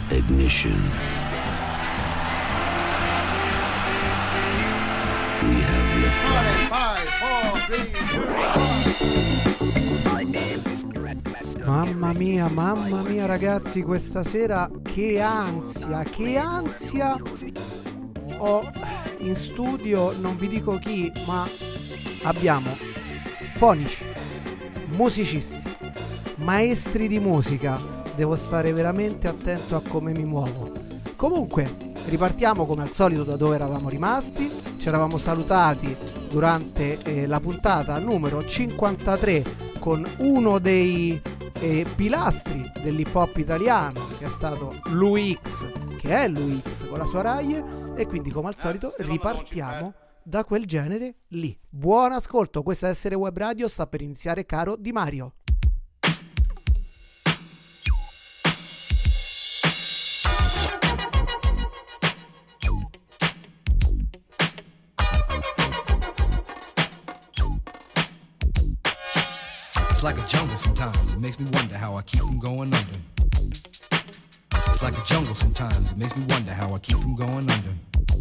Ignition. We have liftoff. 5, 4, 3, 2, 1. Mamma mia ragazzi, questa sera che ansia ho in studio, non vi dico chi, ma abbiamo fonici, musicisti, maestri di musica. Devo stare veramente attento a come mi muovo. Comunque, ripartiamo come al solito da dove eravamo rimasti. Ci eravamo salutati durante la puntata numero 53 con uno dei pilastri dell'hip hop italiano, che è stato Lui-X, che è Lui-X con la sua Rai, e quindi come al solito ripartiamo da quel genere lì. Buon ascolto, questa è Essere Web Radio, sta per iniziare Caro Di Mario. It's like a jungle sometimes, it makes me wonder how I keep from going under. It's like a jungle sometimes, it makes me wonder how I keep from going under.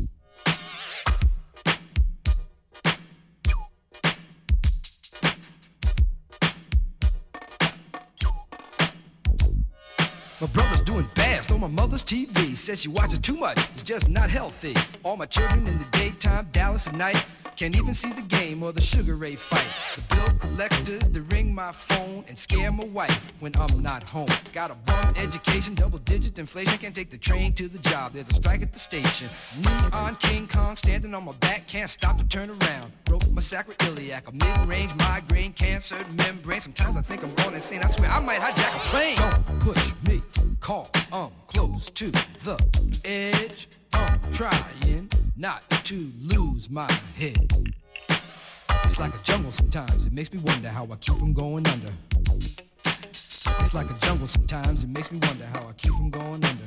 My brother's doing bad, stole my mother's TV. Says she watches too much, it's just not healthy. All my children in the daytime, Dallas at night. Can't even see the game or the Sugar Ray fight. The bill collectors, they ring my phone and scare my wife when I'm not home. Got a bum education, double-digit inflation. Can't take the train to the job, there's a strike at the station. Neon King Kong standing on my back, can't stop to turn around. Broke my sacroiliac, a mid-range migraine, cancer membrane. Sometimes I think I'm going insane, I swear I might hijack a plane. Don't push me, call, I'm close to the edge. I'm trying not to lose my head. It's like a jungle sometimes, it makes me wonder how I keep from going under. It's like a jungle sometimes, it makes me wonder how I keep from going under.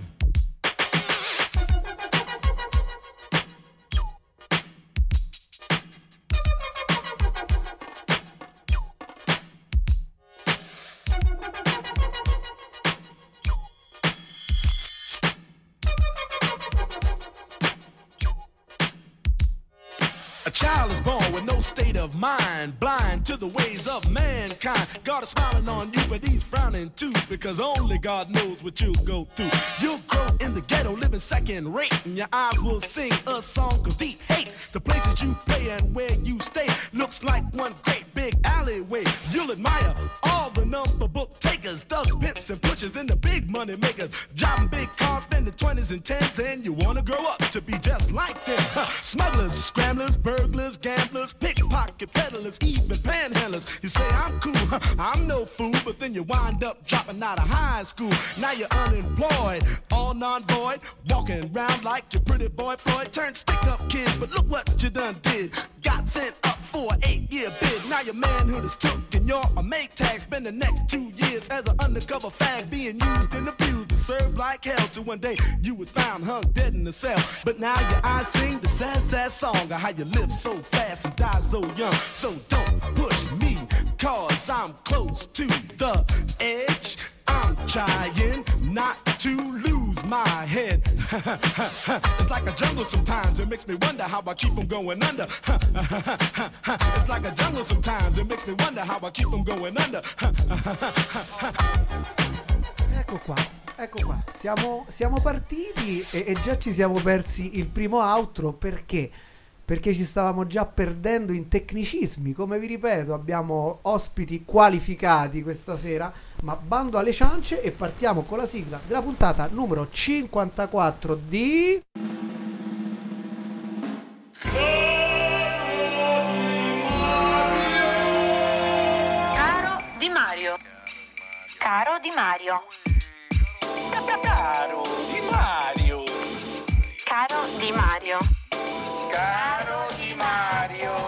A child is born with no state of mind, blind to the ways of mankind. God is smiling on you, but he's frowning too, because only God knows what you'll go through. You'll grow in the ghetto, living second rate, and your eyes will sing a song of deep hate. The places you play and where you stay looks like one great big alleyway. You'll admire all the number book takers, thugs, pimps, and pushers, and the big money makers, driving big cars, spending 20s and 10s, and you wanna grow up to be just like them. Smugglers, scramblers, burglars, gamblers, pickpocket peddlers, even panhandlers. You say I'm cool, I'm no fool, but then you wind up dropping out of high school. Now you're unemployed, all non-void, walking around like your pretty boy Floyd. Turned stick-up kid, but look what you done did. Got sent up for an 8-year bid. Now your manhood is took and you're a make tag. Spend the next 2 years as an undercover fag, being used and abused to serve like hell. Till one day you was found hung dead in a cell. But now your eyes sing the sad, sad song of how you live so fast and die so young. So don't push me, cause I'm close to the edge. I'm trying not to lose my head. It's like a jungle sometimes, it makes me wonder how I keep from going under. It's like a jungle sometimes, it makes me wonder how I keep from going under. Ecco qua, siamo partiti e già ci siamo persi il primo outro. Perché ci stavamo già perdendo in tecnicismi. Come vi ripeto, abbiamo ospiti qualificati questa sera, ma bando alle ciance e partiamo con la sigla della puntata numero 54 di Caro Di Mario. Caro Di Mario. Caro Di Mario. Caro Di Mario. Caro Di Mario.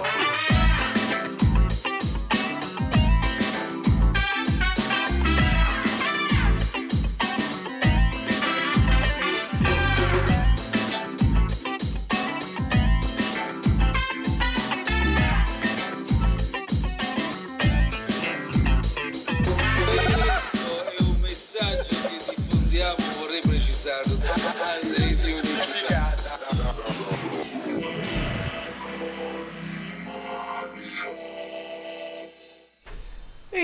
È un messaggio che diffondiamo, vorrei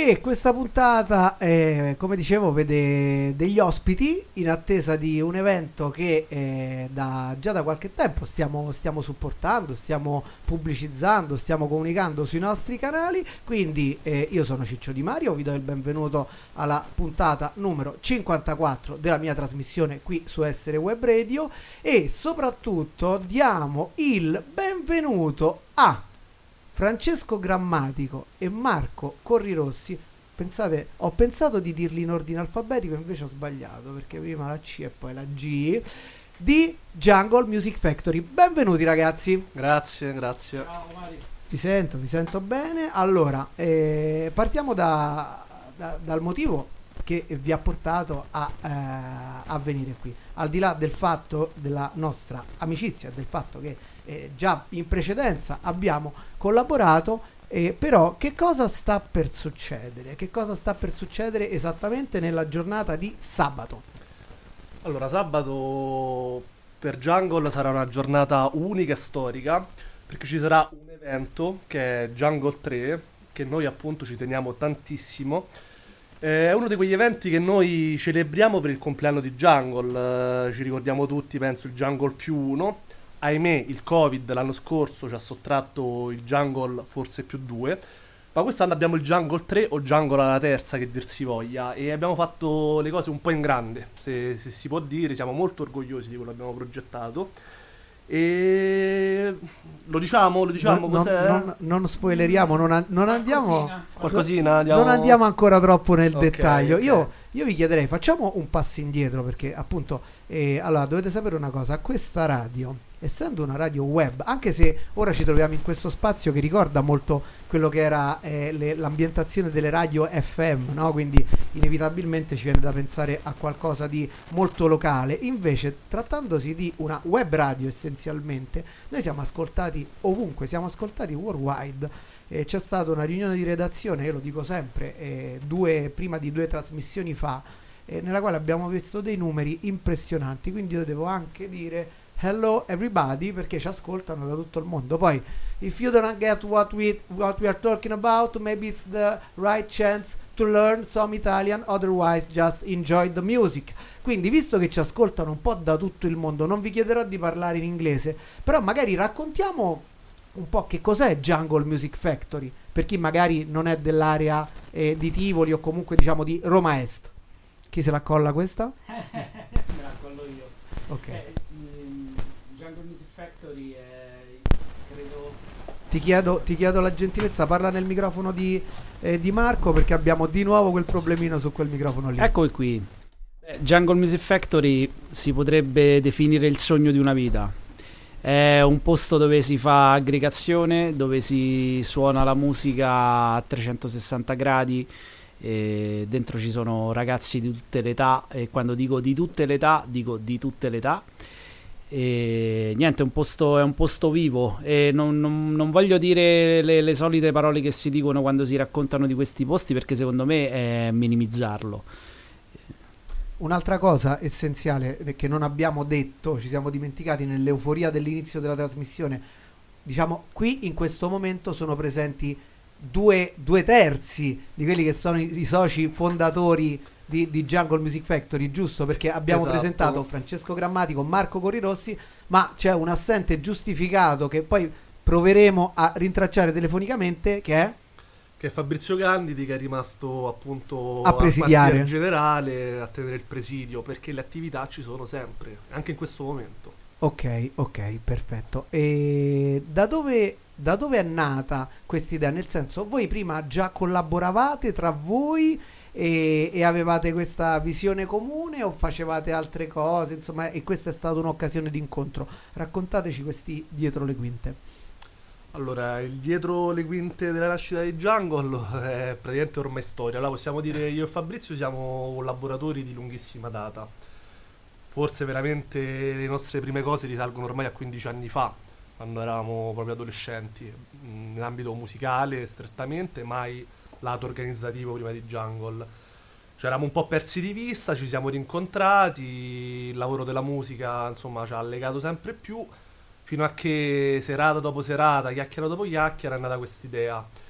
E questa puntata, come dicevo, vede degli ospiti in attesa di un evento che già da qualche tempo stiamo supportando, stiamo pubblicizzando, stiamo comunicando sui nostri canali. Quindi io sono Ciccio Di Mario, vi do il benvenuto alla puntata numero 54 della mia trasmissione qui su Essere Web Radio, e soprattutto diamo il benvenuto a Francesco Grammatico e Marco Corrirossi. Pensate, ho pensato di dirli in ordine alfabetico, invece ho sbagliato, perché prima la C e poi la G, di Jungle Music Factory. Benvenuti ragazzi. Grazie. Ciao Mari. Vi sento bene. Allora, partiamo dal motivo che vi ha portato a venire qui. Al di là del fatto della nostra amicizia, del fatto che già in precedenza abbiamo collaborato, però che cosa sta per succedere? Che cosa sta per succedere esattamente nella giornata di sabato? Allora, sabato per Jungle sarà una giornata unica e storica, perché ci sarà un evento che è Jungle 3, che noi appunto ci teniamo tantissimo. È uno di quegli eventi che noi celebriamo per il compleanno di Jungle. Ci ricordiamo tutti, penso, il Jungle +1. Ahimè, il Covid l'anno scorso ci ha sottratto il Jungle forse +2, ma quest'anno abbiamo il Jungle 3 o Jungle alla terza, che dir si voglia, e abbiamo fatto le cose un po' in grande, se si può dire. Siamo molto orgogliosi di quello che abbiamo progettato. E lo diciamo cos'è? Non spoileriamo, non andiamo Qualcosina, non andiamo ancora troppo nel dettaglio. Ok. Io vi chiederei, facciamo un passo indietro, perché appunto allora dovete sapere una cosa: questa radio, essendo una radio web, anche se ora ci troviamo in questo spazio che ricorda molto quello che era l'ambientazione delle radio FM, no? Quindi inevitabilmente ci viene da pensare a qualcosa di molto locale. Invece, trattandosi di una web radio essenzialmente, noi siamo ascoltati ovunque, siamo ascoltati worldwide. C'è stata una riunione di redazione, io lo dico sempre, prima di 2 trasmissioni fa, nella quale abbiamo visto dei numeri impressionanti. Quindi io devo anche dire hello everybody, perché ci ascoltano da tutto il mondo. Poi, if you don't get what we are talking about, maybe it's the right chance to learn some Italian, otherwise just enjoy the music. Quindi, visto che ci ascoltano un po' da tutto il mondo, non vi chiederò di parlare in inglese, però magari raccontiamo un po' che cos'è Jungle Music Factory, per chi magari non è dell'area di Tivoli o comunque diciamo di Roma Est. Chi se la colla questa? Me la collo io. Ok. Jungle Music Factory è, credo... Ti chiedo la gentilezza, parla nel microfono di Marco, perché abbiamo di nuovo quel problemino su quel microfono lì. Eccomi qui. Jungle Music Factory si potrebbe definire il sogno di una vita. È un posto dove si fa aggregazione, dove si suona la musica a 360 gradi. E dentro ci sono ragazzi di tutte le età, e quando dico di tutte le età, dico di tutte le età. E niente, è un posto vivo, e non voglio dire le solite parole che si dicono quando si raccontano di questi posti, perché secondo me è minimizzarlo. Un'altra cosa essenziale che non abbiamo detto, ci siamo dimenticati nell'euforia dell'inizio della trasmissione, diciamo, qui in questo momento sono presenti due terzi di quelli che sono i soci fondatori di Jungle Music Factory, giusto? Perché abbiamo presentato Francesco Grammatico, Marco Corrirossi, ma c'è un assente giustificato che poi proveremo a rintracciare telefonicamente, che è Fabrizio Candidi, che è rimasto appunto a presidiare, in generale, a tenere il presidio, perché le attività ci sono sempre, anche in questo momento. Ok, perfetto. E da dove è nata questa idea? Nel senso, voi prima già collaboravate tra voi e avevate questa visione comune, o facevate altre cose, insomma, e questa è stata un'occasione di incontro? Raccontateci questi dietro le quinte. Allora, il dietro le quinte della nascita di Jungle è praticamente ormai storia. Allora, possiamo dire, io e Fabrizio siamo collaboratori di lunghissima data. Forse veramente le nostre prime cose risalgono ormai a 15 anni fa, quando eravamo proprio adolescenti, nell'ambito musicale strettamente, mai lato organizzativo prima di Jungle. Ci eravamo un po' persi di vista, ci siamo rincontrati, il lavoro della musica insomma ci ha legato sempre più, fino a che serata dopo serata, chiacchiera dopo chiacchiera è nata quest'idea.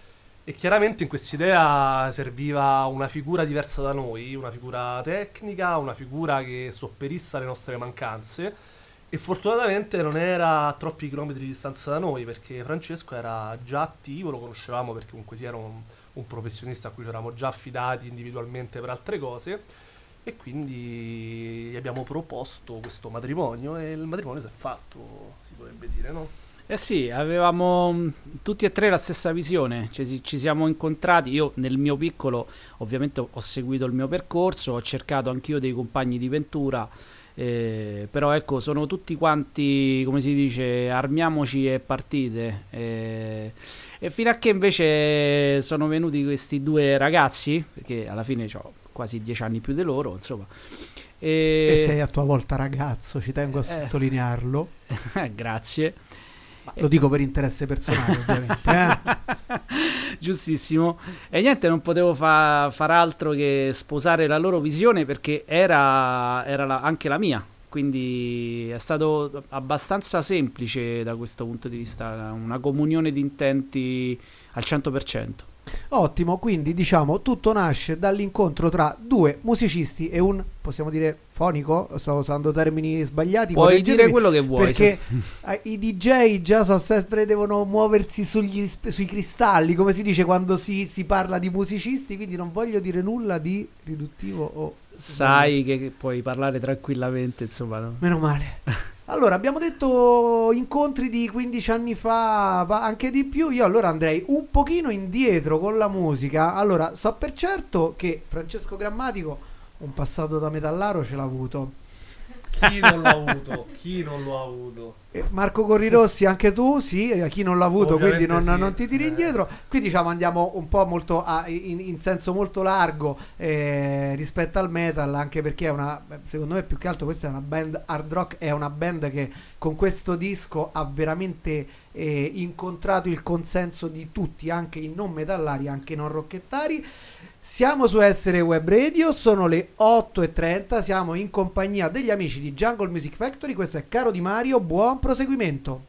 E chiaramente in quest'idea serviva una figura diversa da noi, una figura tecnica, una figura che sopperisse alle nostre mancanze. E fortunatamente non era a troppi chilometri di distanza da noi, perché Francesco era già attivo, lo conoscevamo perché comunque si era un professionista a cui ci eravamo già affidati individualmente per altre cose. E quindi gli abbiamo proposto questo matrimonio e il matrimonio si è fatto, si potrebbe dire, no? Eh sì, avevamo tutti e tre la stessa visione, ci siamo incontrati, io nel mio piccolo ovviamente ho seguito il mio percorso, ho cercato anch'io dei compagni di ventura, però ecco, sono tutti quanti, come si dice, armiamoci e partite. E fino a che invece sono venuti questi due ragazzi, perché alla fine ho quasi 10 anni più di loro, insomma. E sei a tua volta ragazzo, ci tengo a sottolinearlo. Grazie. Lo dico per interesse personale, ovviamente. Giustissimo. E niente, non potevo far altro che sposare la loro visione, perché era anche la mia. Quindi è stato abbastanza semplice da questo punto di vista, una comunione di intenti al 100%. Ottimo, quindi diciamo tutto nasce dall'incontro tra due musicisti e un, possiamo dire, fonico? Sto usando termini sbagliati. Puoi dire quello che vuoi. Perché i DJ già sempre devono muoversi sui cristalli, come si dice quando si parla di musicisti, quindi non voglio dire nulla di riduttivo o... Sai che puoi parlare tranquillamente, insomma, no? Meno male. Allora, abbiamo detto incontri di 15 anni fa, anche di più. Io allora andrei un pochino indietro con la musica. Allora, so per certo che Francesco Grammatico un passato da metallaro ce l'ha avuto. Chi non l'ha avuto? Chi non lo ha avuto? Marco Corrirossi, anche tu, sì, chi non l'ha avuto, Ovviamente quindi sì. non ti tiri indietro. Qui diciamo andiamo un po' molto in senso molto largo rispetto al metal, anche perché è una, secondo me più che altro questa è una band hard rock, è una band che con questo disco ha veramente incontrato il consenso di tutti, anche i non metallari, anche i non rockettari. Siamo su Essere Web Radio, sono le 8:30, siamo in compagnia degli amici di Jungle Music Factory, questo è Caro Di Mario, buon proseguimento.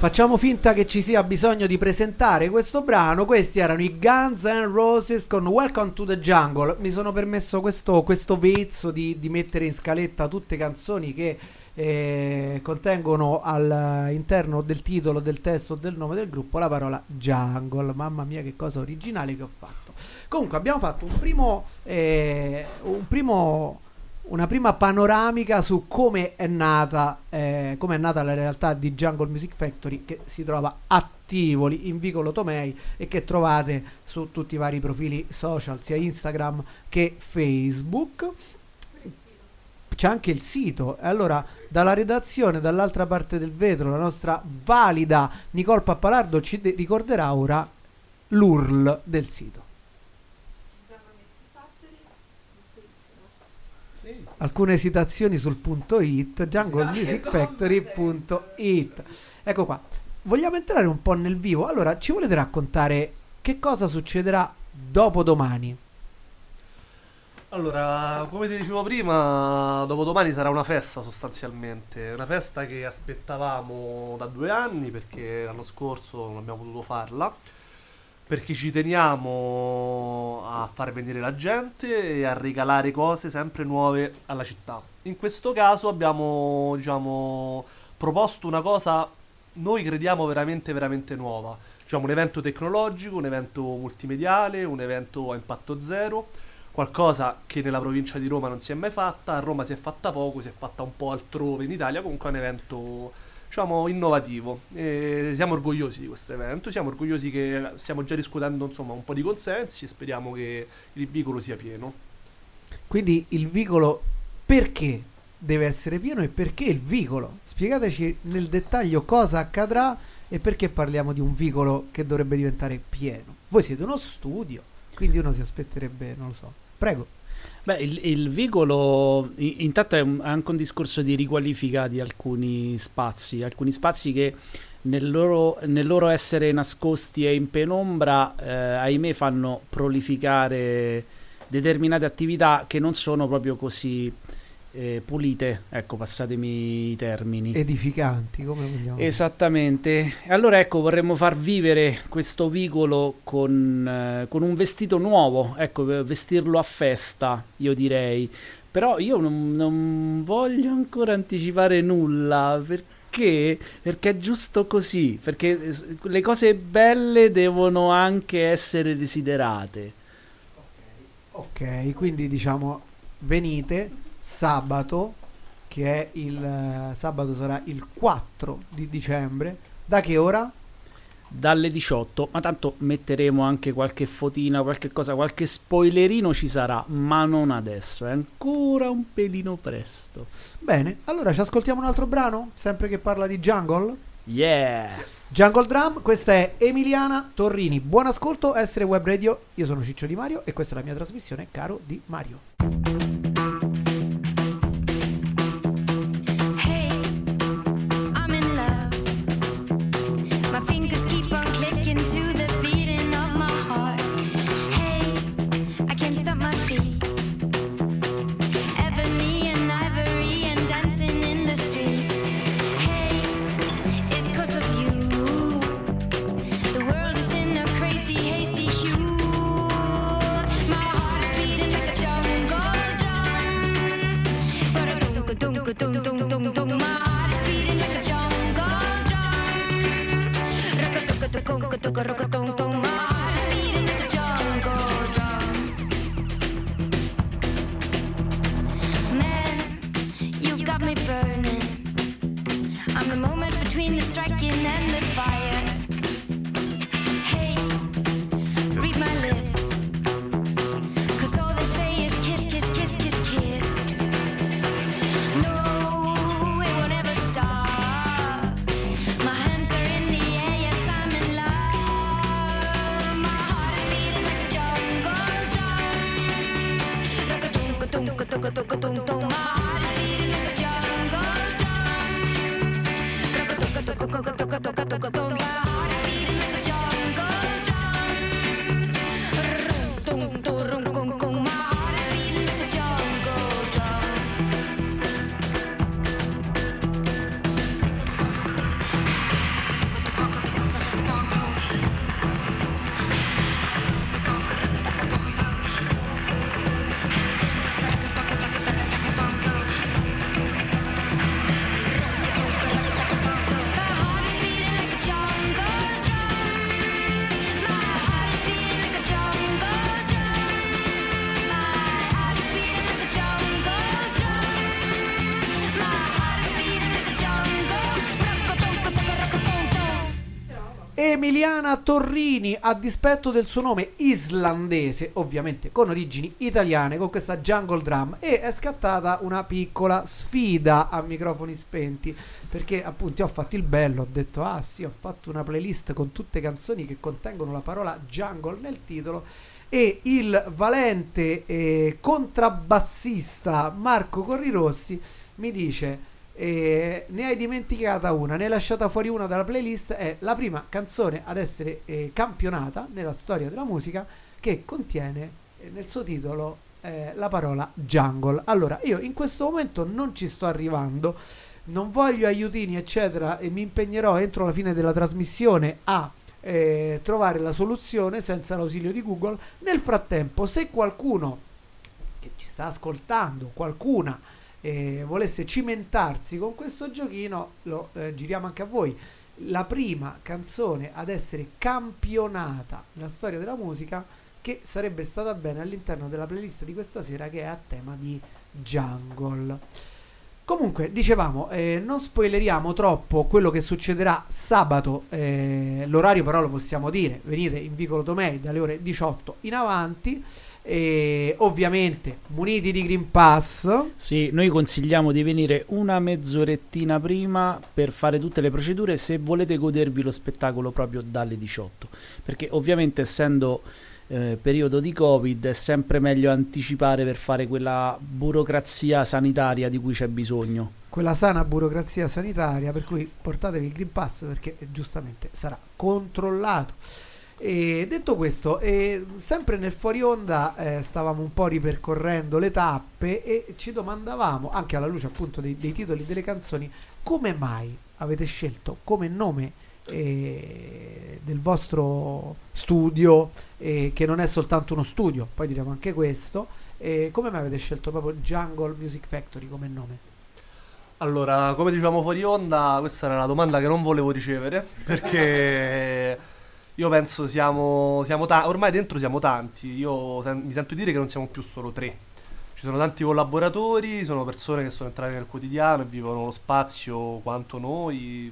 Facciamo finta che ci sia bisogno di presentare questo brano. Questi erano i Guns N' Roses con Welcome to the Jungle. Mi sono permesso questo vezzo di mettere in scaletta tutte canzoni che contengono all'interno del titolo, del testo, del nome del gruppo la parola jungle. Mamma mia, che cosa originale che ho fatto. Comunque abbiamo fatto una prima panoramica su come è nata la realtà di Jungle Music Factory, che si trova a Tivoli in Vicolo Tomei e che trovate su tutti i vari profili social, sia Instagram che Facebook. C'è anche il sito. E allora, dalla redazione, dall'altra parte del vetro, la nostra valida Nicole Pappalardo ci ricorderà ora l'URL del sito. Alcune esitazioni sul punto .it, junglemusicfactory.it. Ecco qua. Vogliamo entrare un po' nel vivo. Allora, ci volete raccontare che cosa succederà dopo domani? Allora, come ti dicevo prima, dopodomani sarà una festa sostanzialmente. Una festa che aspettavamo da 2 anni, perché l'anno scorso non abbiamo potuto farla, perché ci teniamo a far venire la gente e a regalare cose sempre nuove alla città. In questo caso abbiamo, diciamo, proposto una cosa, noi crediamo veramente veramente nuova. Diciamo, un evento tecnologico, un evento multimediale, un evento a impatto zero, qualcosa che nella provincia di Roma non si è mai fatta. A Roma si è fatta poco, si è fatta un po' altrove in Italia, comunque è un evento, diciamo, innovativo. E siamo orgogliosi di questo evento, siamo orgogliosi che stiamo già discutendo, insomma, un po' di consensi e speriamo che il vicolo sia pieno. Quindi il vicolo perché deve essere pieno e perché il vicolo? Spiegateci nel dettaglio cosa accadrà e perché parliamo di un vicolo che dovrebbe diventare pieno. Voi siete uno studio, quindi uno si aspetterebbe, non lo so. Prego. Beh, il vicolo intanto è anche un discorso di riqualifica di alcuni spazi che nel loro essere nascosti e in penombra, ahimè, fanno prolificare determinate attività che non sono proprio così pulite, ecco, passatemi i termini. Edificanti, come vogliamo. Esattamente. Allora, ecco, vorremmo far vivere questo vicolo con un vestito nuovo, ecco, vestirlo a festa, io direi. Però io non voglio ancora anticipare nulla, perché è giusto così, perché le cose belle devono anche essere desiderate. Ok, quindi diciamo venite sabato, che è sabato sarà il 4 di dicembre. Da che ora? Dalle 18, ma tanto metteremo anche qualche fotina, qualche cosa, qualche spoilerino ci sarà, ma non adesso, è ancora un pelino presto. Bene, allora ci ascoltiamo un altro brano, sempre che parla di jungle. Yes! Jungle Drum, questa è Emiliana Torrini. Buon ascolto, Essere Web Radio. Io sono Ciccio Di Mario e questa è la mia trasmissione Caro Di Mario. Emiliana Torrini, a dispetto del suo nome islandese, ovviamente con origini italiane, con questa Jungle Drum, e è scattata una piccola sfida a microfoni spenti, perché appunto io ho fatto il bello, ho detto ah sì, ho fatto una playlist con tutte canzoni che contengono la parola jungle nel titolo, e il valente contrabbassista Marco Corrirossi mi dice ne hai dimenticata una, ne hai lasciata fuori una dalla playlist, è la prima canzone ad essere campionata nella storia della musica che contiene nel suo titolo la parola jungle. Allora io in questo momento non ci sto arrivando, non voglio aiutini eccetera, e mi impegnerò entro la fine della trasmissione a trovare la soluzione senza l'ausilio di Google. Nel frattempo, se qualcuno che ci sta ascoltando, qualcuna volesse cimentarsi con questo giochino, lo giriamo anche a voi. La prima canzone ad essere campionata nella storia della musica che sarebbe stata bene all'interno della playlist di questa sera, che è a tema di jungle. Comunque, dicevamo, non spoileriamo troppo quello che succederà sabato, l'orario però lo possiamo dire, venite in Vicolo Tomei dalle ore 18 in avanti, ovviamente muniti di Green Pass. Sì, noi consigliamo di venire una mezzorettina prima per fare tutte le procedure se volete godervi lo spettacolo proprio dalle 18, perché ovviamente essendo periodo di Covid è sempre meglio anticipare per fare quella burocrazia sanitaria di cui c'è bisogno, quella sana burocrazia sanitaria, per cui portatevi il Green Pass perché giustamente sarà controllato. E detto questo, sempre nel fuori onda stavamo un po' ripercorrendo le tappe e ci domandavamo, anche alla luce appunto dei titoli delle canzoni, come mai avete scelto come nome del vostro studio, che non è soltanto uno studio, poi diremo anche questo, come mai avete scelto proprio Jungle Music Factory come nome? Allora, come dicevamo fuori onda, questa era la domanda che non volevo ricevere, perché io penso siamo ormai dentro siamo tanti. Io mi sento dire che non siamo più solo 3. Ci sono tanti collaboratori, sono persone che sono entrate nel quotidiano e vivono lo spazio quanto noi,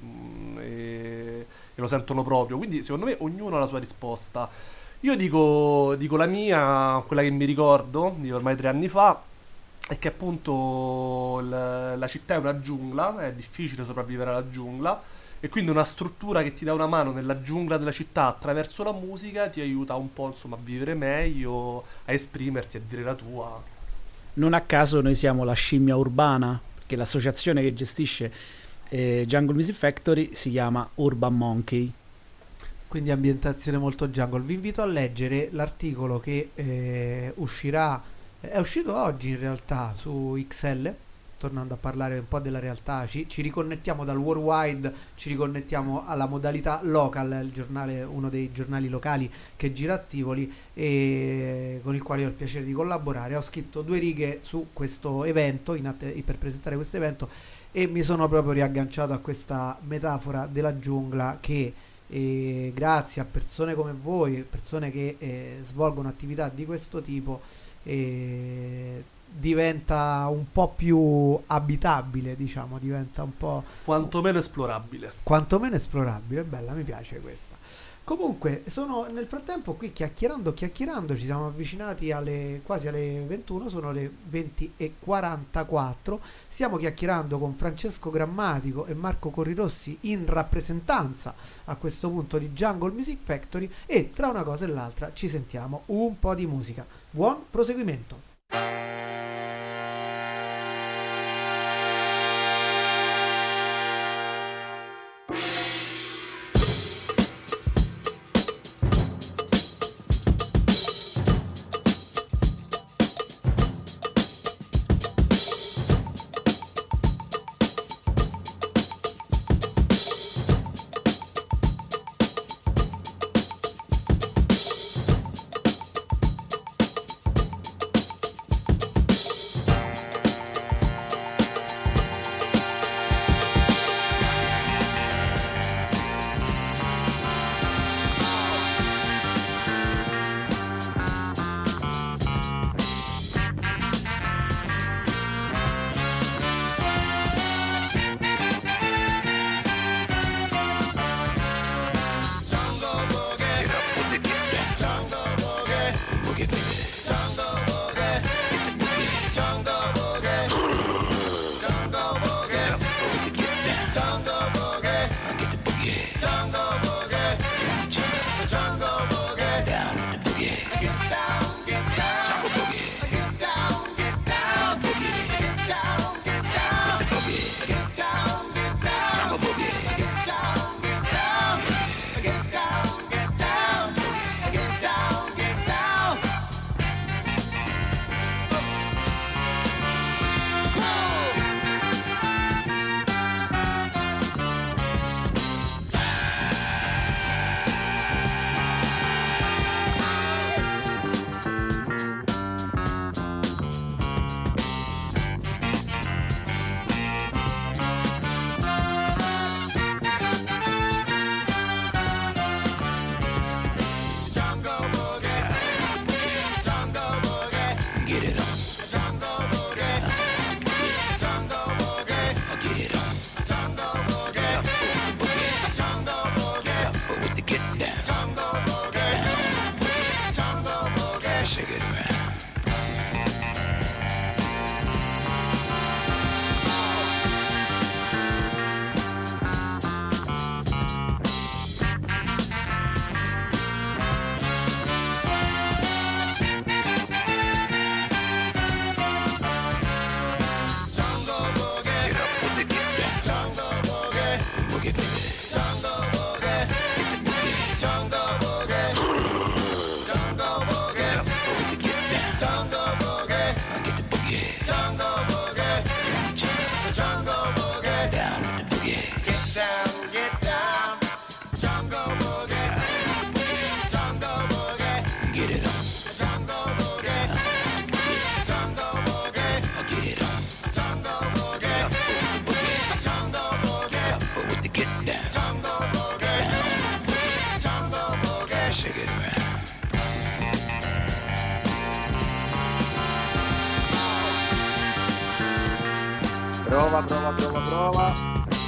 e lo sentono proprio. Quindi secondo me ognuno ha la sua risposta. Io dico la mia, quella che mi ricordo di ormai 3 anni fa, è che appunto la città è una giungla, è difficile sopravvivere alla giungla, e quindi una struttura che ti dà una mano nella giungla della città attraverso la musica ti aiuta un po', insomma, a vivere meglio, a esprimerti, a dire la tua. Non a caso noi siamo la scimmia urbana, perché l'associazione che gestisce Jungle Music Factory si chiama Urban Monkey. Quindi ambientazione molto jungle. Vi invito a leggere l'articolo che uscirà, è uscito oggi in realtà su XL, tornando a parlare un po' della realtà, ci riconnettiamo dal worldwide, ci riconnettiamo alla modalità local, il giornale, uno dei giornali locali che gira a Tivoli e con il quale ho il piacere di collaborare. Ho scritto 2 righe su questo evento, per presentare questo evento, e mi sono proprio riagganciato a questa metafora della giungla che grazie a persone come voi, persone che svolgono attività di questo tipo, diventa un po' più abitabile, diciamo, diventa un po' quantomeno esplorabile. Quantomeno esplorabile, bella, mi piace questa. Comunque, nel frattempo qui chiacchierando, ci siamo avvicinati quasi alle 21, sono le 20:44. Stiamo chiacchierando con Francesco Grammatico e Marco Corrirossi in rappresentanza a questo punto di Jungle Music Factory, e tra una cosa e l'altra ci sentiamo un po' di musica. Buon proseguimento. Shake it around. Prova.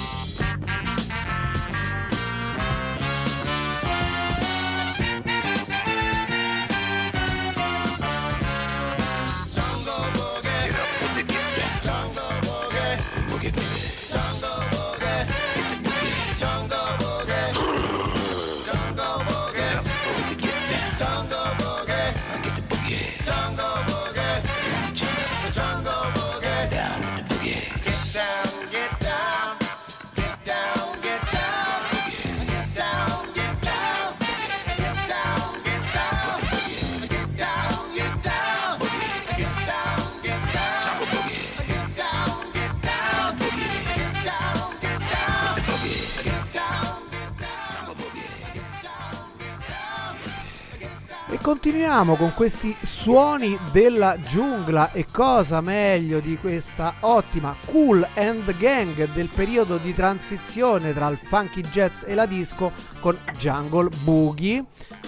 Continuiamo con questi suoni della giungla, e cosa meglio di questa ottima Kool and Gang del periodo di transizione tra il funky jazz e la disco con Jungle Boogie,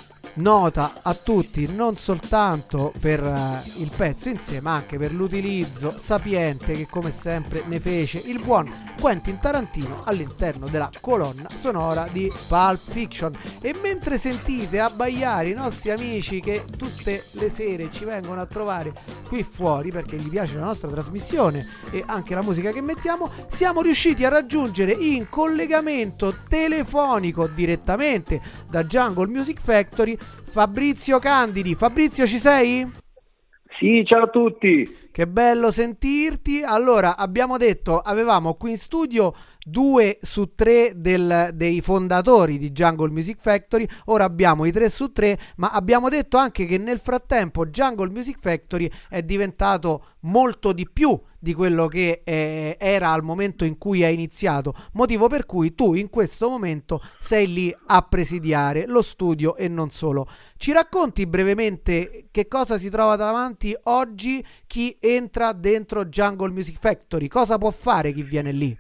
nota a tutti non soltanto per il pezzo in sé, ma anche per l'utilizzo sapiente che come sempre ne fece il buon Quentin Tarantino all'interno della colonna sonora di Pulp Fiction. E mentre sentite abbaiare i nostri amici che tutte le sere ci vengono a trovare qui fuori perché gli piace la nostra trasmissione e anche la musica che mettiamo, siamo riusciti a raggiungere in collegamento telefonico direttamente da Jungle Music Factory Fabrizio Candidi. Fabrizio, ci sei? Sì, ciao a tutti. Che bello sentirti. Allora, abbiamo detto, avevamo qui in studio 2 su 3 dei fondatori di Jungle Music Factory, ora abbiamo i 3 su 3, ma abbiamo detto anche che nel frattempo Jungle Music Factory è diventato molto di più di quello che era al momento in cui hai iniziato, motivo per cui tu in questo momento sei lì a presidiare lo studio e non solo. Ci racconti brevemente che cosa si trova davanti oggi chi entra dentro Jungle Music Factory? Cosa può fare chi viene lì?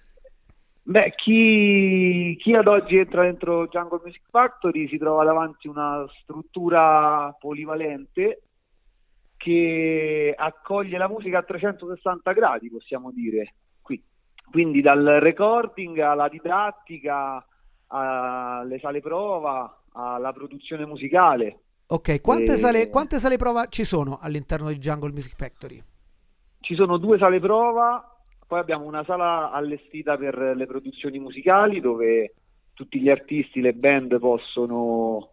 Beh, chi ad oggi entra dentro Jungle Music Factory si trova davanti una struttura polivalente che accoglie la musica a 360 gradi, possiamo dire, qui. Quindi dal recording alla didattica, alle sale prova, alla produzione musicale. Ok, quante sale prova ci sono all'interno di Jungle Music Factory? Ci sono 2 sale prova. Poi abbiamo una sala allestita per le produzioni musicali dove tutti gli artisti, le band possono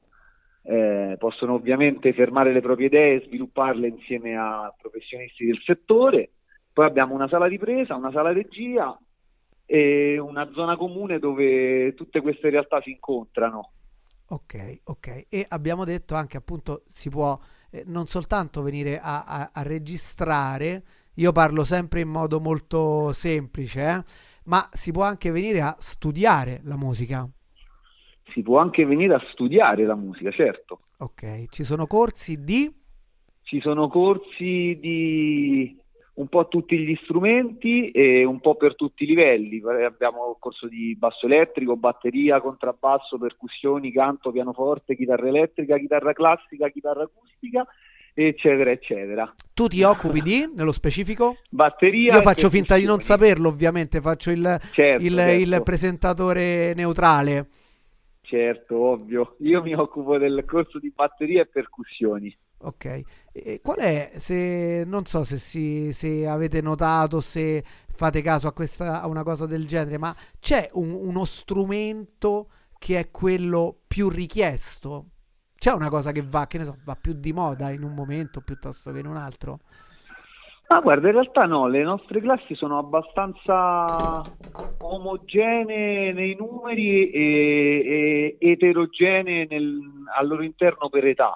ovviamente fermare le proprie idee e svilupparle insieme a professionisti del settore. Poi abbiamo una sala di presa, una sala regia e una zona comune dove tutte queste realtà si incontrano. Ok. E abbiamo detto anche, appunto, si può non soltanto venire a registrare. Io parlo sempre in modo molto semplice, ma si può anche venire a studiare la musica. Si può anche venire a studiare la musica, certo. Ok, ci sono corsi di? Ci sono corsi di un po' tutti gli strumenti e un po' per tutti i livelli. Abbiamo il corso di basso elettrico, batteria, contrabbasso, percussioni, canto, pianoforte, chitarra elettrica, chitarra classica, chitarra acustica, eccetera eccetera. Tu ti occupi di, nello specifico? Batteria. Io faccio finta di non saperlo, ovviamente, faccio il certo. presentatore neutrale. Certo, ovvio. Io mi occupo del corso di batteria e percussioni. Ok. E qual è, non so se avete notato, se fate caso a una cosa del genere, ma c'è uno strumento che è quello più richiesto? C'è una cosa che va più di moda in un momento piuttosto che in un altro? Ma guarda, in realtà no, le nostre classi sono abbastanza omogenee nei numeri e eterogenee al loro interno per età.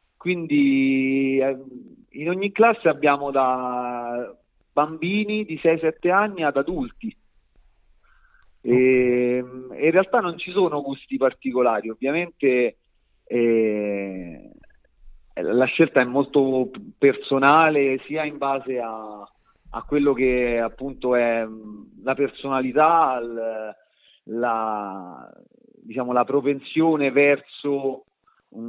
Quindi in ogni classe abbiamo da bambini di 6-7 anni ad adulti. E in realtà non ci sono gusti particolari, ovviamente. La scelta è molto personale, sia in base a quello che appunto è la personalità, la propensione verso un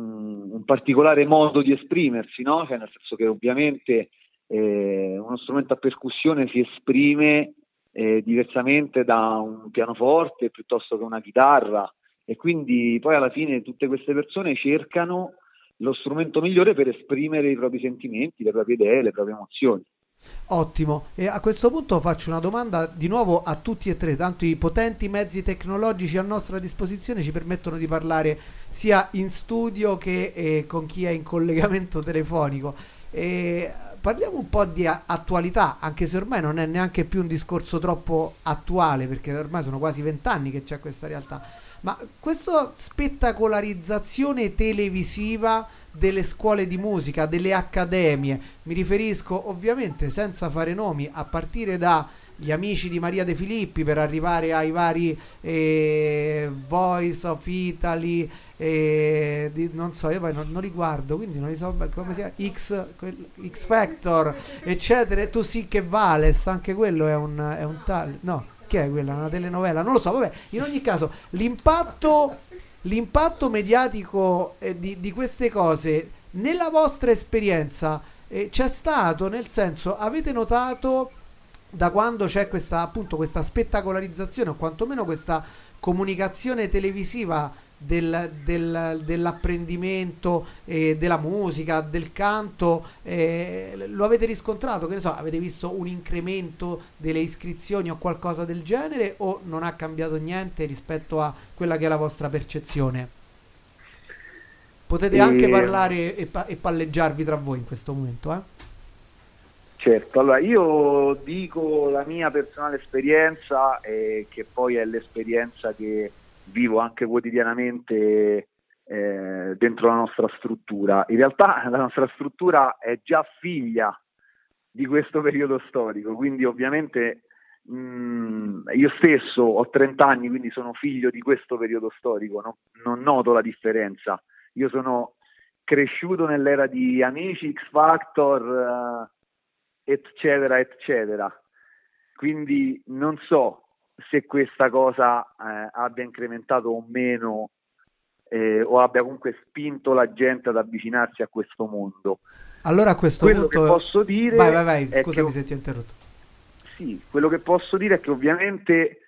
particolare modo di esprimersi, no? Cioè, nel senso che ovviamente uno strumento a percussione si esprime diversamente da un pianoforte piuttosto che una chitarra, e quindi poi alla fine tutte queste persone cercano lo strumento migliore per esprimere i propri sentimenti, le proprie idee, le proprie emozioni. Ottimo, e a questo punto faccio una domanda di nuovo a tutti e tre, tanto i potenti mezzi tecnologici a nostra disposizione ci permettono di parlare sia in studio che con chi è in collegamento telefonico. Parliamo un po' di attualità, anche se ormai non è neanche più un discorso troppo attuale, perché ormai sono quasi 20 anni che c'è questa realtà, ma questa spettacolarizzazione televisiva delle scuole di musica, delle accademie, mi riferisco ovviamente senza fare nomi, a partire dagli amici di Maria De Filippi per arrivare ai vari Voice of Italy, non so, io poi non li guardo, quindi non li so come si chiama, X Factor, eccetera. Tu sì che Vales, anche quello è un tal, no, che è quella, una telenovela, non lo so, vabbè, in ogni caso l'impatto mediatico di queste cose nella vostra esperienza c'è stato, nel senso, avete notato da quando c'è questa, appunto, questa spettacolarizzazione o quantomeno questa comunicazione televisiva dell'apprendimento della musica, del canto, lo avete riscontrato? Che ne so, avete visto un incremento delle iscrizioni o qualcosa del genere, o non ha cambiato niente rispetto a quella che è la vostra percezione? Potete anche parlare e palleggiarvi tra voi in questo momento, Certo, allora io dico la mia personale esperienza, che poi è l'esperienza che vivo anche quotidianamente dentro la nostra struttura. In realtà la nostra struttura è già figlia di questo periodo storico, quindi ovviamente io stesso ho 30 anni, quindi sono figlio di questo periodo storico, non noto la differenza. Io sono cresciuto nell'era di Amici, X Factor, eccetera, eccetera. Quindi non so se questa cosa abbia incrementato o meno o abbia comunque spinto la gente ad avvicinarsi a questo mondo. Allora a questo quello punto che posso dire vai, scusami se ti ho interrotto. Sì, quello che posso dire è che ovviamente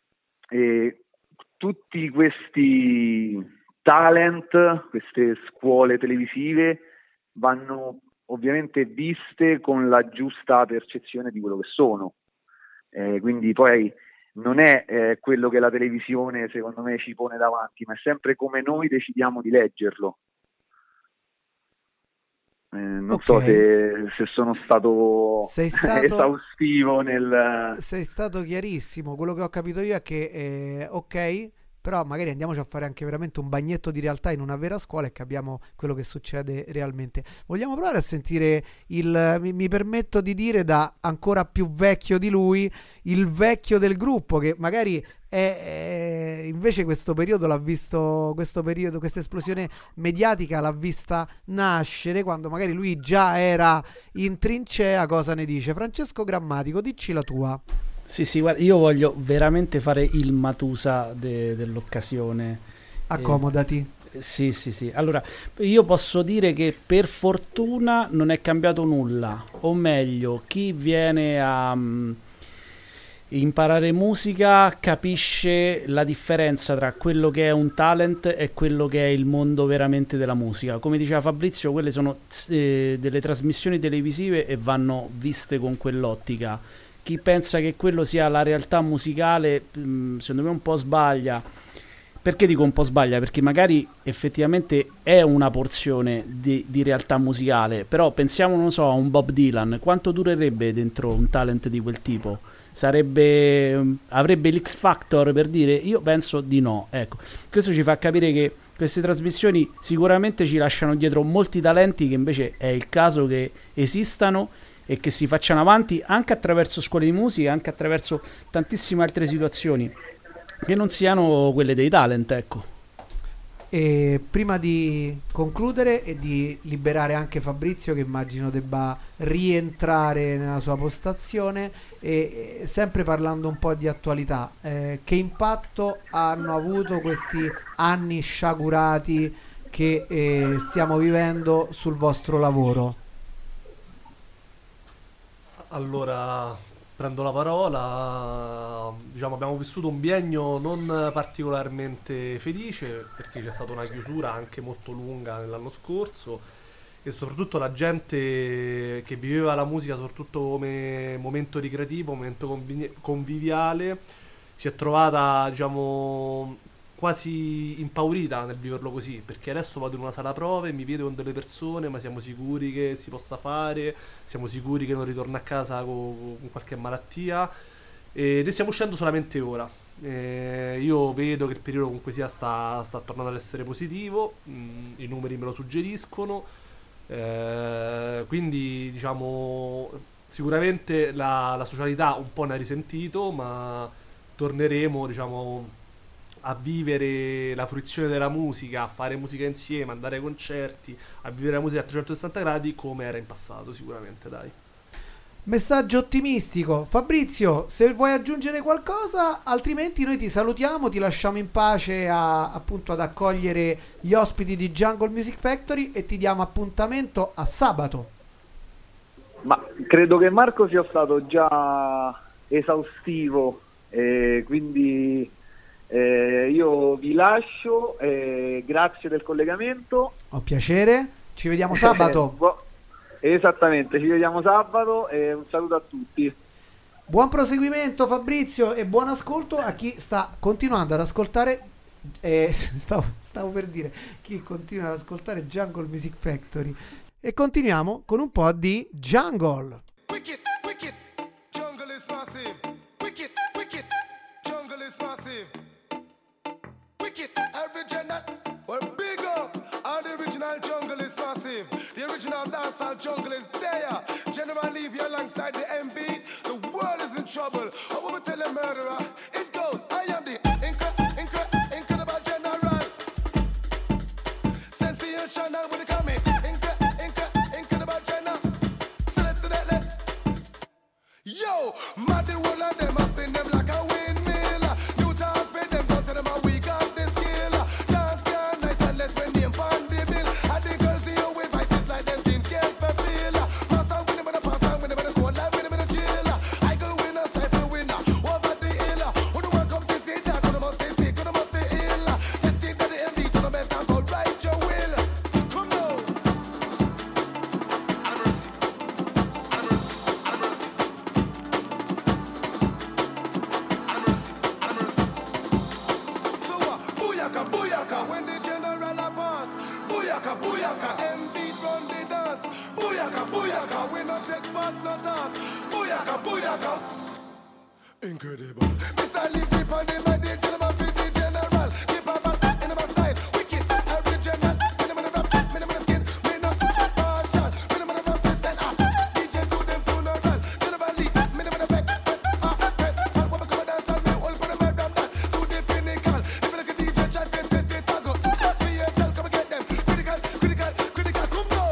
tutti questi talent, queste scuole televisive vanno ovviamente viste con la giusta percezione di quello che sono, quindi poi non è quello che la televisione secondo me ci pone davanti, ma è sempre come noi decidiamo di leggerlo. Non so se sono stato esaustivo nel... Sei stato chiarissimo. Quello che ho capito io è che ok, però magari andiamoci a fare anche veramente un bagnetto di realtà in una vera scuola e capiamo quello che succede realmente. Vogliamo provare a sentire mi permetto di dire, da ancora più vecchio di lui, il vecchio del gruppo, che magari invece questo periodo l'ha visto, questa esplosione mediatica l'ha vista nascere quando magari lui già era in trincea. Cosa ne dice Francesco Grammatico? Dici la tua. Sì, guarda, io voglio veramente fare il Matusa dell'occasione. Accomodati. Sì. Allora, io posso dire che per fortuna non è cambiato nulla, o meglio, chi viene a imparare musica capisce la differenza tra quello che è un talent e quello che è il mondo veramente della musica. Come diceva Fabrizio, quelle sono delle trasmissioni televisive e vanno viste con quell'ottica. Chi pensa che quello sia la realtà musicale, secondo me un po' sbaglia. Perché dico un po' sbaglia? Perché magari effettivamente è una porzione di realtà musicale, però pensiamo, non so, a un Bob Dylan. Quanto durerebbe dentro un talent di quel tipo? Avrebbe l'X Factor, per dire? Io penso di no. Ecco, questo ci fa capire che queste trasmissioni sicuramente ci lasciano dietro molti talenti che invece è il caso che esistano e che si facciano avanti anche attraverso scuole di musica, anche attraverso tantissime altre situazioni che non siano quelle dei talent, ecco. E prima di concludere e di liberare anche Fabrizio, che immagino debba rientrare nella sua postazione, e sempre parlando un po' di attualità, che impatto hanno avuto questi anni sciagurati che stiamo vivendo sul vostro lavoro. Allora, prendo la parola. Diciamo, abbiamo vissuto un biennio non particolarmente felice perché c'è stata una chiusura anche molto lunga nell'anno scorso e soprattutto la gente che viveva la musica soprattutto come momento ricreativo, momento conviviale, si è trovata, diciamo, quasi impaurita nel viverlo così, perché adesso vado in una sala prove, mi vedo con delle persone, ma siamo sicuri che si possa fare, siamo sicuri che non ritorno a casa con qualche malattia, e ne stiamo uscendo solamente ora. Io vedo che il periodo comunque sia sta tornando ad essere positivo, i numeri me lo suggeriscono, quindi diciamo sicuramente la socialità un po' ne ha risentito, ma torneremo, diciamo, a vivere la fruizione della musica, a fare musica insieme, andare ai concerti, a vivere la musica a 360 gradi come era in passato, sicuramente, dai. Messaggio ottimistico. Fabrizio, se vuoi aggiungere qualcosa, altrimenti noi ti salutiamo, ti lasciamo in pace appunto ad accogliere gli ospiti di Jungle Music Factory e ti diamo appuntamento a sabato. Ma credo che Marco sia stato già esaustivo, quindi io vi lascio, grazie del collegamento. Ho piacere, ci vediamo sabato. Esattamente, ci vediamo sabato e un saluto a tutti. Buon proseguimento Fabrizio e buon ascolto a chi sta continuando ad ascoltare, stavo per dire, chi continua ad ascoltare Jungle Music Factory. E continuiamo con un po' di Jungle. Wicked, wicked, jungle is massive. Wicked, wicked, jungle is massive. Wicked, original, well big up. All the original jungle is massive. The original dancehall jungle is there. General leave you alongside the MB. The world is in trouble. I will tell a murderer. It goes, I am the incredible general. Sensational when it comes. Incredible general. Select to that left. Yo, mad the whole of them, I spin them like a windmill. You talk for them, don't tell them how we got the skill. Dance can nice and less when name on the bill. And the girls see you with vices like them jeans can't fulfill. Pass on with them and pass on with them and cold like with them in a chill. I go winner, cycle winner, over the hill. Who the one come to see that, gonna must say sick, gonna must say ill. Just think that the MD to the best and go right your will. Come on. I'm mercy. I'm mercy. I'm mercy. Booyaka, booyaka, when the general a pass. Booyaka, booyaka, MB run the dance. Booyaka, booyaka, we no take part, no talk. Booyaka, booyaka. Incredible. Mr. Leaf, keep on the mic, the gentleman fit the general. Keep on back in my style. Wicked, original. Minimum of rap, minimum of skin. Minimum of partial. Minimum of fist and DJ to them funeral. General Leaf, minimum of back. All what we come dance and me all put them around that. To the pinnacle. If you look at DJ chat, them say say tago. Not me a tell, come and get them. Critical, critical, critical, come go.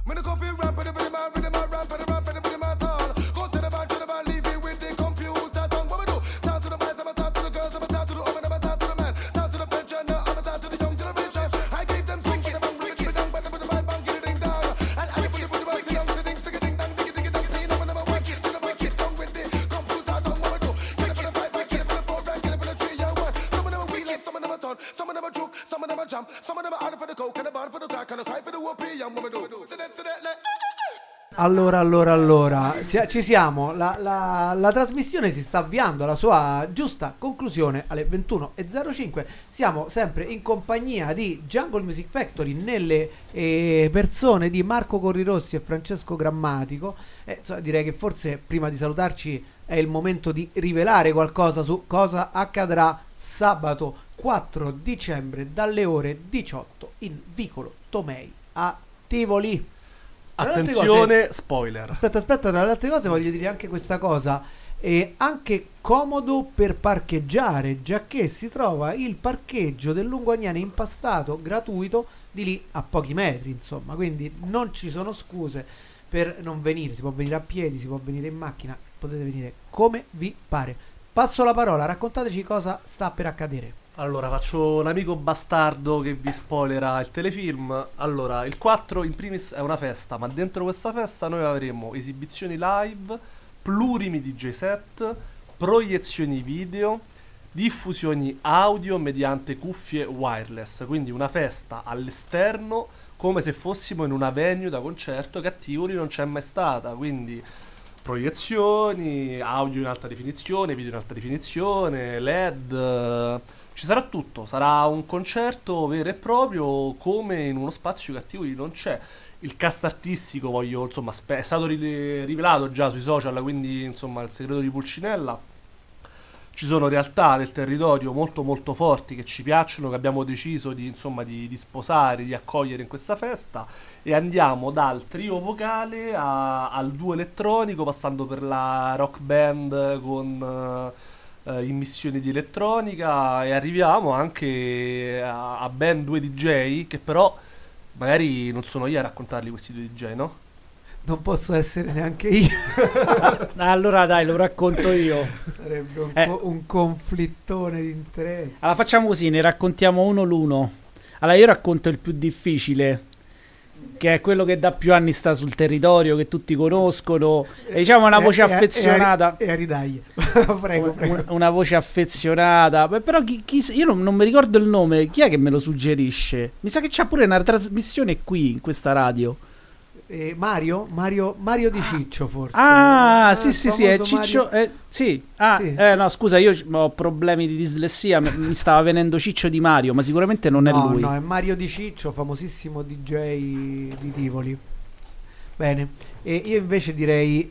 Me no go feel rap, but the man, rhythm, rap, but the rap, but the man, all. Go to the bar, leave it with the computer. Tongue, what we do? Talk to the boys, I'm a talk to the girls, I'm a talk to the women, I'm a talk to the men. Talk to the pensioner, I'm a talk to the young generation. I keep them swing, the bang, wicked, bang, bang, bang, bang, bang, get it ding down. And I put the bang, young, sitting, stick it ding dong, dig it, dig it, dig it, you know, when I'm a wicked, to the wicked, tongue with the computer, tongue, what we do? Get it for the fight, get it for the four, get it for the 3 young one. Some of them are wheeling, some of them are turn, some of them are juke, some of them are jump, some of them are out for the coke, and a bar for the crack, and a cry for the whoopee, young, what we do? So that, like. Allora, ci siamo, la trasmissione si sta avviando alla sua giusta conclusione alle 21:05. Siamo sempre in compagnia di Jungle Music Factory nelle persone di Marco Corrirossi e Francesco Grammatico. Direi che forse prima di salutarci è il momento di rivelare qualcosa su cosa accadrà sabato 4 dicembre dalle ore 18 in Vicolo Tomei a Tivoli. Attenzione, spoiler. Aspetta, tra le altre cose voglio dire anche questa cosa. È anche comodo per parcheggiare, giacché si trova il parcheggio del Lungoagnane impastato gratuito di lì a pochi metri, insomma, quindi non ci sono scuse per non venire. Si può venire a piedi, si può venire in macchina, potete venire come vi pare. Passo la parola, raccontateci cosa sta per accadere. Allora, faccio l'amico bastardo che vi spoilerà il telefilm. Allora, il 4 in primis è una festa, ma dentro questa festa noi avremo esibizioni live, plurimi DJ set, proiezioni video, diffusioni audio mediante cuffie wireless, quindi una festa all'esterno come se fossimo in una venue da concerto che a Tivoli non c'è mai stata, quindi proiezioni, audio in alta definizione, video in alta definizione, LED, ci sarà tutto, sarà un concerto vero e proprio come in uno spazio che a Tivoli non c'è. Il cast artistico è stato rivelato già sui social, quindi insomma il segreto di Pulcinella. Ci sono realtà del territorio molto molto forti che ci piacciono, che abbiamo deciso di sposare, di accogliere in questa festa, e andiamo dal trio vocale al duo elettronico, passando per la rock band con immissioni di elettronica, e arriviamo anche a ben 2 DJ che però magari non sono io a raccontarli, questi 2 DJ, no? Non posso essere neanche io. Allora dai, lo racconto io. Sarebbe un conflittone di interessi. Allora facciamo così, ne raccontiamo uno l'uno. Allora io racconto il più difficile, che è quello che da più anni sta sul territorio, che tutti conoscono, e diciamo una voce affezionata. E a ridaglie. Prego. Una voce affezionata. Però io non mi ricordo il nome. Chi è che me lo suggerisce? Mi sa che c'ha pure una trasmissione qui in questa radio. Mario Di Ciccio, forse. Sì, è Ciccio. Sì. No, scusa, io ho problemi di dislessia. Mi stava venendo Ciccio Di Mario, ma sicuramente non è lui. No, è Mario Di Ciccio, famosissimo DJ di Tivoli. Bene, e io invece direi,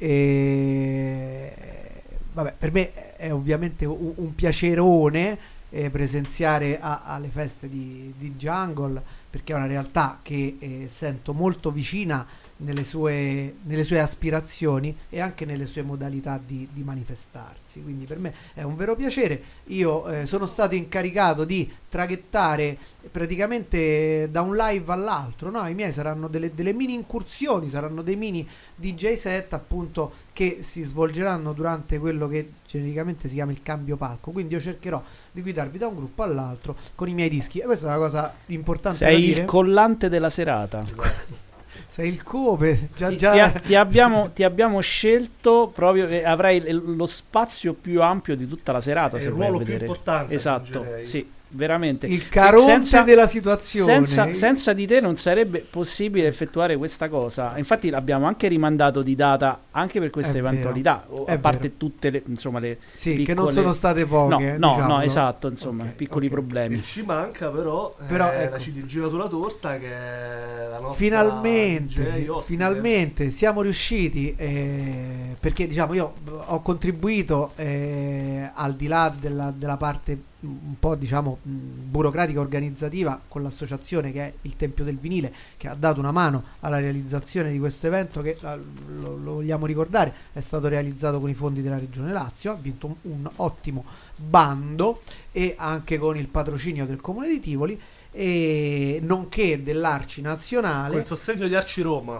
per me è ovviamente un piacerone presenziare alle feste di Jungle, perché è una realtà che sento molto vicina nelle sue aspirazioni e anche nelle sue modalità di manifestarsi, quindi per me è un vero piacere. Io sono stato incaricato di traghettare praticamente da un live all'altro, no? I miei saranno delle mini incursioni, saranno dei mini DJ set, appunto, che si svolgeranno durante quello che genericamente si chiama il cambio palco, quindi io cercherò di guidarvi da un gruppo all'altro con i miei dischi, e questa è una cosa importante. Sei il collante della serata. Sei il cope. Ti abbiamo scelto proprio, avrai lo spazio più ampio di tutta la serata, se il vuoi ruolo vedere. Più importante, esatto, sì, veramente il Caronte della situazione. Senza di te non sarebbe possibile effettuare questa cosa. Infatti l'abbiamo anche rimandato di data anche per queste eventualità, a parte tutte le piccole, che non sono state poche. No, esatto, insomma, piccoli problemi. E ci manca però la ciliegina sulla torta, che è la nostra finalmente siamo riusciti, perché diciamo io ho contribuito al di là della parte un po' burocratica organizzativa con l'associazione che è il Tempio del Vinile, che ha dato una mano alla realizzazione di questo evento che, lo vogliamo ricordare, è stato realizzato con i fondi della Regione Lazio, ha vinto un ottimo bando e anche con il patrocinio del Comune di Tivoli, e nonché dell'Arci Nazionale, con il sostegno di Arci Roma,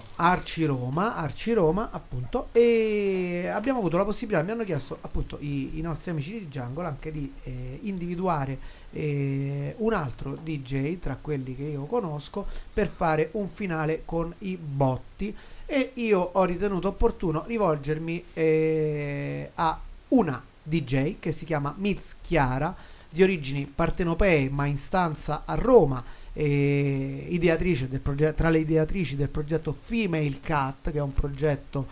appunto, e abbiamo avuto la possibilità, mi hanno chiesto appunto i nostri amici di Jungle anche di individuare un altro DJ tra quelli che io conosco per fare un finale con i botti, e io ho ritenuto opportuno rivolgermi a una DJ che si chiama Miz Chiara, di origini partenopee ma in stanza a Roma, ideatrice del tra le ideatrici del progetto Female Cat, che è un progetto,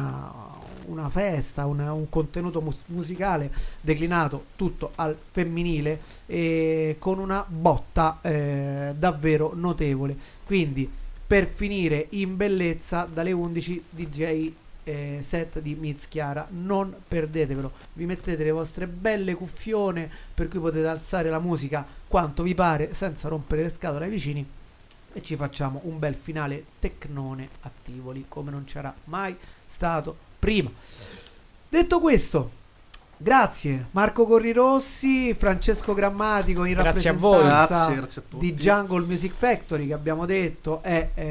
una festa, un contenuto musicale declinato tutto al femminile, con una botta davvero notevole. Quindi per finire in bellezza dalle 11 DJ set di Miz Chiara, non perdetevelo, vi mettete le vostre belle cuffione per cui potete alzare la musica quanto vi pare senza rompere le scatole ai vicini, e ci facciamo un bel finale tecnone a Tivoli come non c'era mai stato prima. Detto questo, grazie Marco Corrirossi, Francesco Grammatico in Grazie a voi. rappresentanza Grazie a tutti. di Jungle Music Factory, che abbiamo detto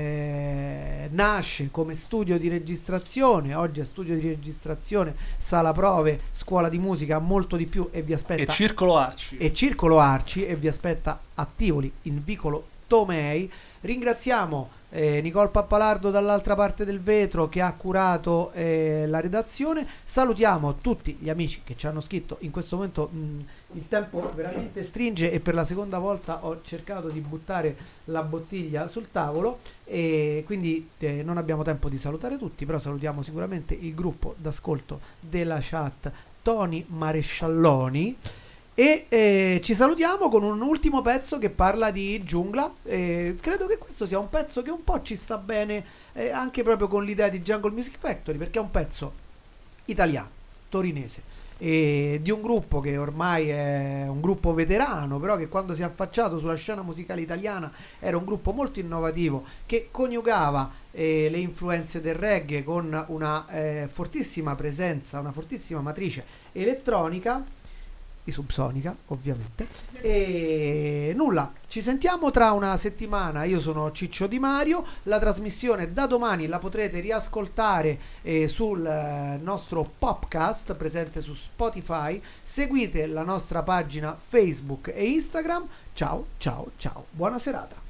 nasce come studio di registrazione, oggi è studio di registrazione, sala prove, scuola di musica, molto di più, e vi aspetta, e Circolo Arci, e vi aspetta a Tivoli in vicolo Tomei. Ringraziamo Nicole Pappalardo dall'altra parte del vetro che ha curato la redazione. Salutiamo tutti gli amici che ci hanno scritto. In questo momento il tempo veramente stringe e per la seconda volta ho cercato di buttare la bottiglia sul tavolo, e quindi non abbiamo tempo di salutare tutti, però salutiamo sicuramente il gruppo d'ascolto della chat Tony Marescialloni. E ci salutiamo con un ultimo pezzo che parla di giungla. Credo che questo sia un pezzo che un po' ci sta bene, anche proprio con l'idea di Jungle Music Factory, perché è un pezzo italiano, torinese, di un gruppo che ormai è un gruppo veterano, però che quando si è affacciato sulla scena musicale italiana era un gruppo molto innovativo, che coniugava le influenze del reggae con una fortissima presenza, una fortissima matrice elettronica, subsonica ovviamente. E nulla, ci sentiamo tra una settimana. Io sono Ciccio Di Mario, la trasmissione da domani la potrete riascoltare sul nostro podcast presente su Spotify. Seguite la nostra pagina Facebook e Instagram. Ciao ciao ciao, buona serata.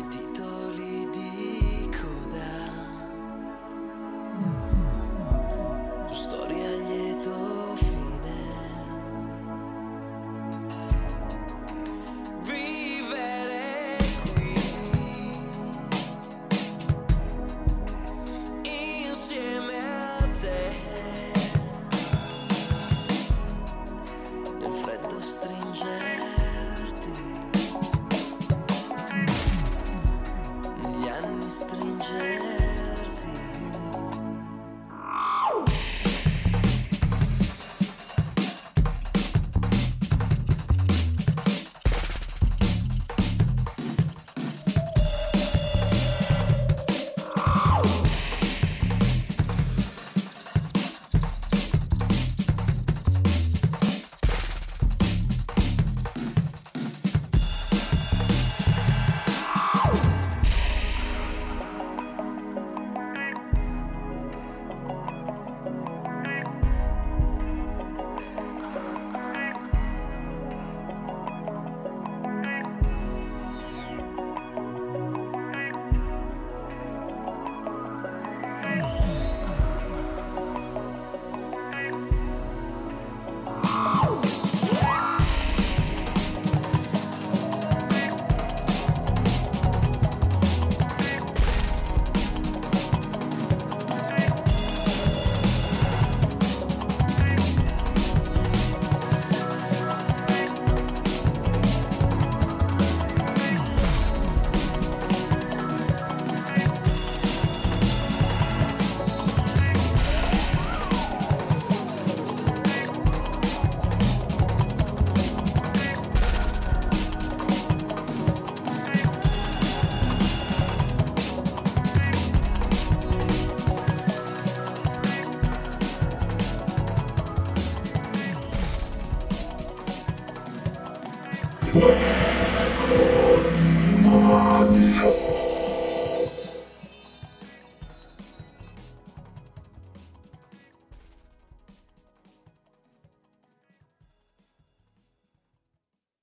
titoli di coda, su storia a lieto fine, vivere qui insieme a te, nel freddo stringerti, negli anni stringerti. Caro di Mario.